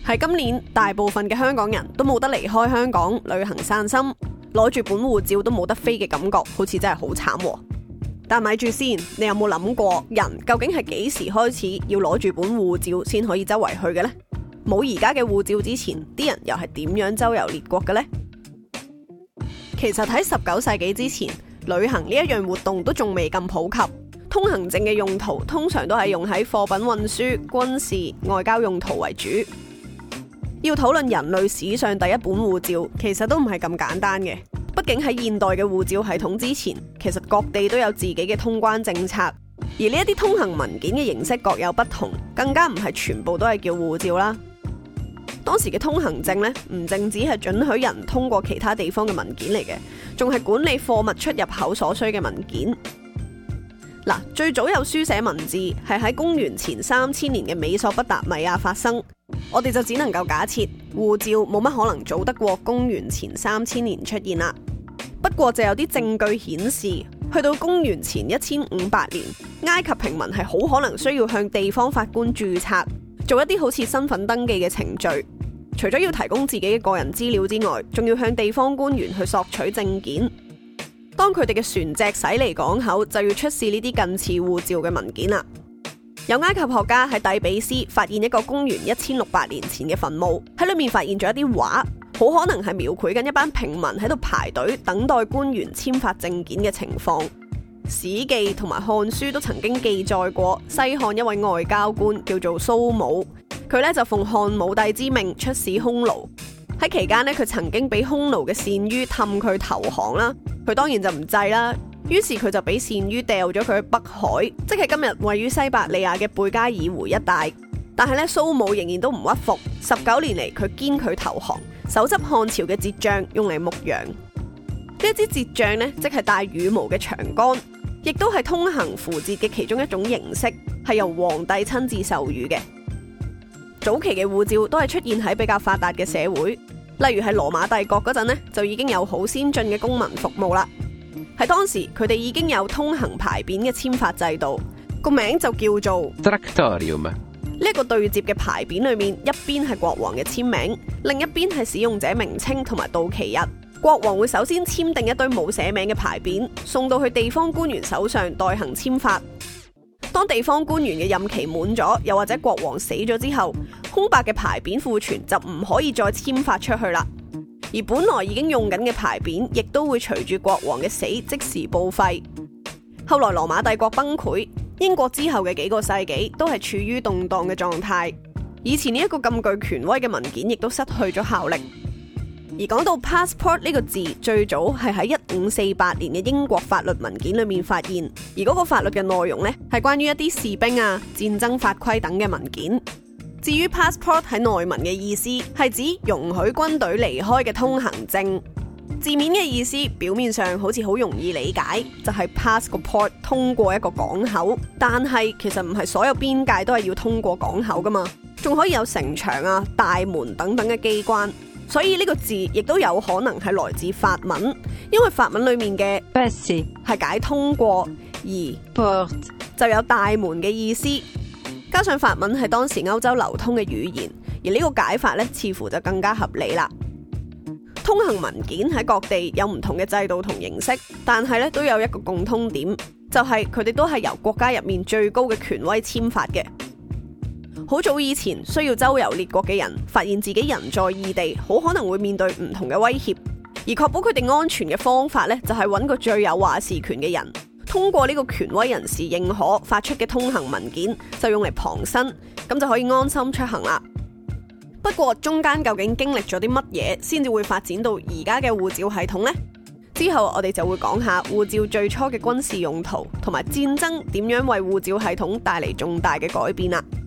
喺今年，大部分嘅香港人都冇得離開香港旅行散心，攞住本護照都冇得飛嘅感覺，好似真係好慘喎。但咪住先，你有冇諗過人究竟係幾時開始要攞住本護照先可以周圍去嘅呢？冇而家嘅護照之前，啲人又係點樣周遊列國嘅呢？其實喺19世紀之前，旅行呢一樣活動都仲未咁普及。通行證嘅用途通常都係用喺貨品運輸、軍事、外交用途為主。要討論人類史上第一本護照，其實都唔係咁簡單嘅。畢竟喺現代嘅護照系統之前，其實各地都有自己嘅通關政策，而呢一啲通行文件嘅形式各有不同，更加唔係全部都係叫護照啦。當時嘅通行證呢，唔淨止係准許人通過其他地方嘅文件嚟嘅，仲係管理貨物出入口所需嘅文件。嗱，最早有書寫文字係喺公元前3000年嘅美索不達米亞發生，我哋就只能夠假設護照冇乜可能早得過公元前3000年出現啦。不過就有啲證據顯示，去到公元前1500年，埃及平民係好可能需要向地方法官註冊，做一啲好似身份登記嘅程序。除咗要提供自己嘅個人資料之外，仲要向地方官員去索取證件。當佢哋嘅船隻駛離港口，就要出示呢啲近似護照嘅文件啦。有埃及學家喺底比斯發現一個公元1600年前嘅墳墓，喺裏面發現咗一啲畫，好可能係描繪緊一班平民喺度排隊等待官員簽發證件嘅情況。史記同埋漢書都曾經記載過西漢一位外交官叫做蘇武，佢呢就奉漢武帝之命出使匈奴。喺期間呢，佢曾經俾匈奴嘅單于氹佢投降啦，佢當然就唔制啦。於是佢就俾單于掉咗佢去北海，即係今日位於西伯利亞嘅貝加爾湖一帶。但係咧，蘇武仍然都唔屈服，19年嚟佢堅拒投降，手執漢朝嘅節杖用嚟牧羊。呢一支節杖呢，即係帶羽毛嘅長桿，亦都係通行符節嘅其中一種形式，係由皇帝親自授予嘅。早期嘅護照都係出現喺比較發達嘅社會，例如係羅馬帝國嗰陣呢，就已經有好先進嘅公民服務啦。喺當時，佢哋已經有通行牌匾嘅簽發制度，個名就叫做 Tractorium。 呢一個對接嘅牌匾裏面，一邊係國王嘅簽名，另一邊係使用者名稱同埋到期日。國王會首先簽訂一堆冇寫名嘅牌匾，送到去地方官員手上代行簽發。當地方官員嘅任期滿咗，又或者國王死咗之後，空白嘅牌匾庫存就唔可以再簽發出去啦。而本來已經用緊嘅牌匾，亦都會隨住國王嘅死即時報廢。後來羅馬帝國崩潰，英國之後嘅幾個世紀都係處於動盪嘅狀態。以前呢一個咁具權威嘅文件，亦都失去咗效力。而講到 passport 呢個字，最早係喺1548年嘅英國法律文件裏面發現，而嗰個法律嘅內容呢，係關於一啲士兵啊、戰爭法規等嘅文件。至於 passport 喺內文嘅意思，係指容許軍隊離開嘅通行證。字面嘅意思表面上好似好容易理解，就係 pass 個 port 通過一個港口，但係其實唔係所有邊界都係要通過港口噶嘛，仲可以有城牆啊、大門等等嘅機關。所以呢個字亦都有可能係來自法文，因為法文裏面嘅 passer 係解通過，而 port 就有大門嘅意思。加上法文係當時歐洲流通嘅語言，而呢個解法呢，似乎就更加合理啦。通行文件喺各地有唔同嘅制度同形式，但係呢都有一個共通點，就係佢哋都係由國家入面最高嘅權威簽發嘅。好早以前，需要周遊列國嘅人發現自己人在異地，好可能會面對唔同嘅威脅，而確保佢哋安全嘅方法呢，就係揾個最有話事權嘅人，通過呢個權威人士認可發出嘅通行文件，就用嚟旁身，咁就可以安心出行啦。不過中間究竟經歷咗啲乜嘢，先至會發展到而家嘅護照系統呢？之後我哋就會講下護照最初嘅軍事用途，同埋戰爭點樣為護照系統帶嚟重大嘅改變啦。